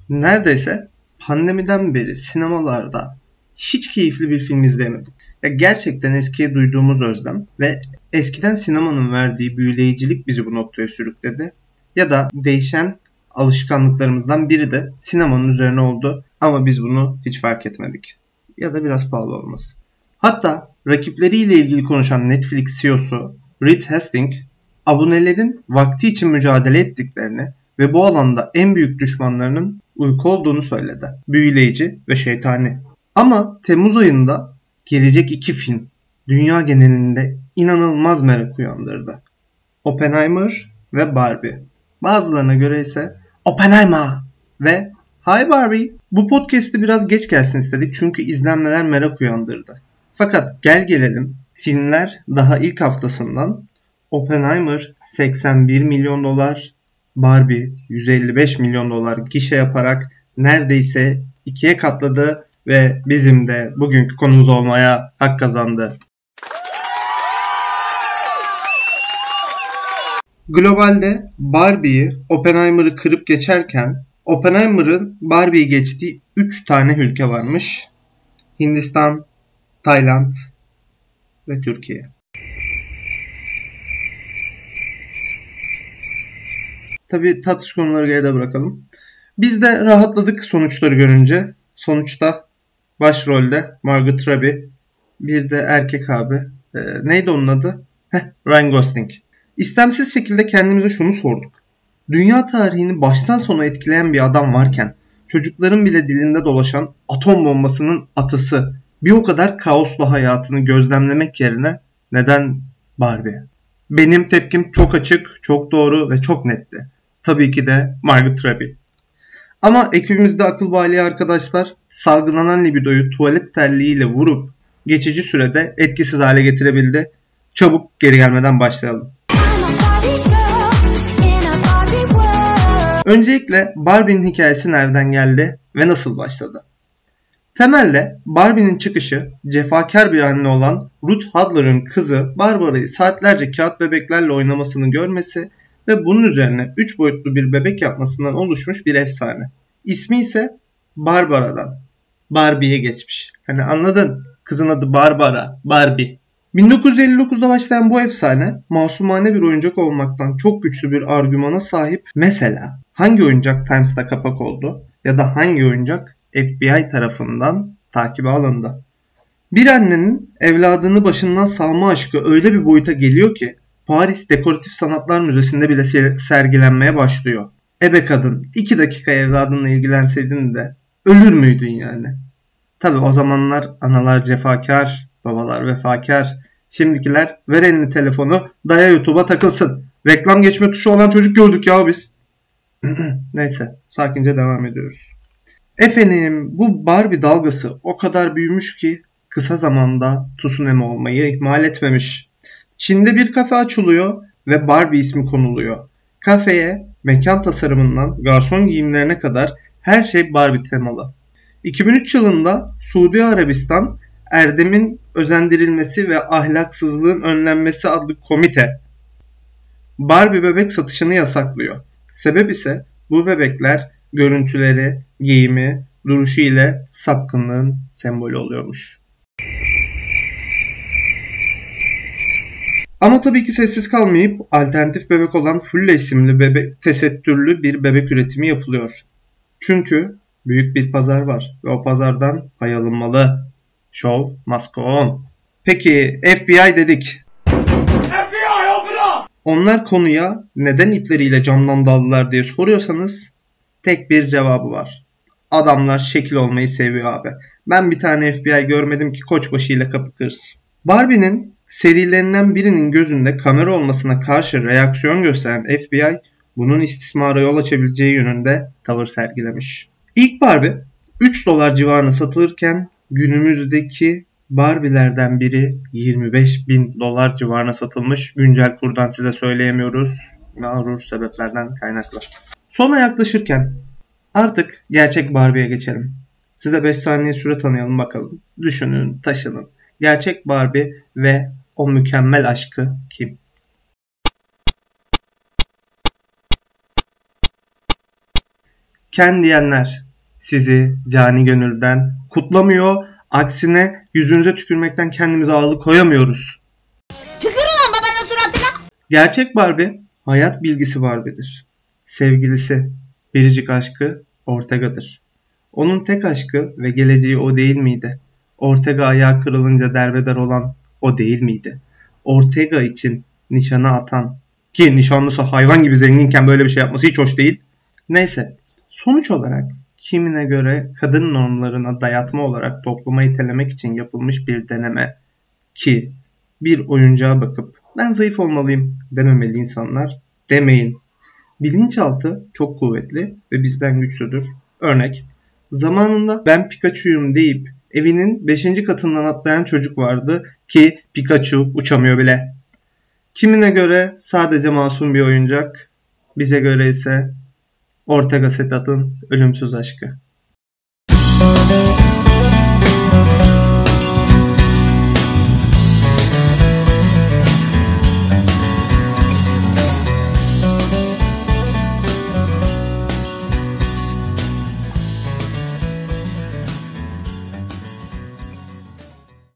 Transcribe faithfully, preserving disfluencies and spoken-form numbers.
Neredeyse pandemiden beri sinemalarda hiç keyifli bir film izleyemedim. Ya gerçekten eskiye duyduğumuz özlem ve eskiden sinemanın verdiği büyüleyicilik bizi bu noktaya sürükledi. Ya da değişen alışkanlıklarımızdan biri de sinemanın üzerine oldu ama biz bunu hiç fark etmedik. Ya da biraz pahalı olması. Hatta rakipleriyle ilgili konuşan Netflix C E O'su Reed Hastings, abonelerin vakti için mücadele ettiklerini ve bu alanda en büyük düşmanlarının uyku olduğunu söyledi. Büyüleyici ve şeytani. Ama Temmuz ayında gelecek iki film dünya genelinde inanılmaz merak uyandırdı. Oppenheimer ve Barbie. Bazılarına göre ise Oppenheimer ve Hi Barbie. Bu podcast'i biraz geç gelsin istedik çünkü izlenmeler merak uyandırdı. Fakat gel gelelim filmler daha ilk haftasından Oppenheimer seksen bir milyon dolar, Barbie yüz elli beş milyon dolar gişe yaparak neredeyse ikiye katladı ve bizim de bugünkü konumuz olmaya hak kazandı. Globalde Barbie'yi Oppenheimer'ı kırıp geçerken Oppenheimer'ın Barbie'yi geçtiği üç tane ülke varmış. Hindistan, Tayland ve Türkiye. Tabii tatsız konuları geride bırakalım. Biz de rahatladık sonuçları görünce. Sonuçta başrolde Margot Robbie, bir de erkek abi. E, neydi onun adı? Heh, Ryan Gosling. İstemsiz şekilde kendimize şunu sorduk. Dünya tarihini baştan sona etkileyen bir adam varken çocukların bile dilinde dolaşan atom bombasının atısı bir o kadar kaoslu hayatını gözlemlemek yerine neden Barbie? Benim tepkim çok açık, çok doğru ve çok netti. Tabii ki de Margot Robbie. Ama ekibimizde akıl baliği arkadaşlar salgılanan libidoyu tuvalet terliğiyle vurup geçici sürede etkisiz hale getirebildi. Çabuk geri gelmeden başlayalım. Öncelikle Barbie'nin hikayesi nereden geldi ve nasıl başladı? Temelde Barbie'nin çıkışı cefakar bir anne olan Ruth Handler'ın kızı Barbara'yı saatlerce kağıt bebeklerle oynamasını görmesi ve bunun üzerine üç boyutlu bir bebek yapmasından oluşmuş bir efsane. İsmi ise Barbara'dan Barbie'ye geçmiş. Hani anladın? Kızın adı Barbara, Barbie. bin dokuz yüz elli dokuzda başlayan bu efsane masumane bir oyuncak olmaktan çok güçlü bir argümana sahip. Mesela hangi oyuncak Times'ta kapak oldu ya da hangi oyuncak F B I tarafından takibe alındı? Bir annenin evladını başından salma aşkı öyle bir boyuta geliyor ki Paris Dekoratif Sanatlar Müzesi'nde bile sergilenmeye başlıyor. Ebe kadın iki dakika evladınla ilgilenseydin de ölür müydün yani? Tabi o zamanlar analar cefakar, babalar vefakar. Şimdikiler ver elini telefonu, daya YouTube'a takılsın. Reklam geçme tuşu olan çocuk gördük ya biz. Neyse, sakince devam ediyoruz. Efendim, bu Barbie dalgası o kadar büyümüş ki kısa zamanda tsunami olmayı ihmal etmemiş. Çin'de bir kafe açılıyor ve Barbie ismi konuluyor. Kafeye mekan tasarımından garson giyimlerine kadar her şey Barbie temalı. iki bin üç yılında Suudi Arabistan Erdem'in özendirilmesi ve ahlaksızlığın önlenmesi adlı komite Barbie bebek satışını yasaklıyor. Sebep ise bu bebekler görüntüleri, giyimi, duruşu ile sapkınlığın sembolü oluyormuş. Ama tabii ki sessiz kalmayıp alternatif bebek olan Fulle isimli bebek tesettürlü bir bebek üretimi yapılıyor. Çünkü büyük bir pazar var ve o pazardan pay alınmalı. Show must go on. Peki F B I dedik. F B I open up! Onlar konuya neden ipleriyle camdan daldılar diye soruyorsanız tek bir cevabı var. Adamlar şekil olmayı seviyor abi. Ben bir tane F B I görmedim ki koçbaşı ile kapı kırsın. Barbie'nin serilerinden birinin gözünde kamera olmasına karşı reaksiyon gösteren F B I bunun istismara yol açabileceği yönünde tavır sergilemiş. İlk Barbie üç dolar civarına satılırken günümüzdeki Barbie'lerden biri yirmi beş bin dolar civarına satılmış. Güncel kurdan size söyleyemiyoruz. Mağrur sebeplerden kaynaklı. Sona yaklaşırken artık gerçek Barbie'ye geçelim. Size beş saniye süre tanıyalım bakalım. Düşünün, taşının. Gerçek Barbie ve o mükemmel aşkı kim? Ken diyenler sizi cani gönülden kutlamıyor. Aksine yüzünüze tükürmekten kendimize alıkoyamıyoruz. Tükürüyorum babanın suratına. Gerçek Barbie hayat bilgisi Barbie'dir. Sevgilisi, biricik aşkı Ortega'dır. Onun tek aşkı ve geleceği o değil miydi? Ortega ayağı kırılınca derbeder olan o değil miydi? Ortega için nişana atan, ki nişanlısı hayvan gibi zenginken böyle bir şey yapması hiç hoş değil. Neyse, sonuç olarak kimine göre kadın normlarına dayatma olarak topluma itelemek için yapılmış bir deneme, ki bir oyuncağa bakıp ben zayıf olmalıyım dememeli insanlar. Demeyin. Bilinçaltı çok kuvvetli ve bizden güçlüdür. Örnek, zamanında ben Pikachu'yum deyip evinin beşinci katından atlayan çocuk vardı ki Pikachu uçamıyor bile. Kimine göre sadece masum bir oyuncak, bize göre ise Ortega Sedat'ın ölümsüz aşkı.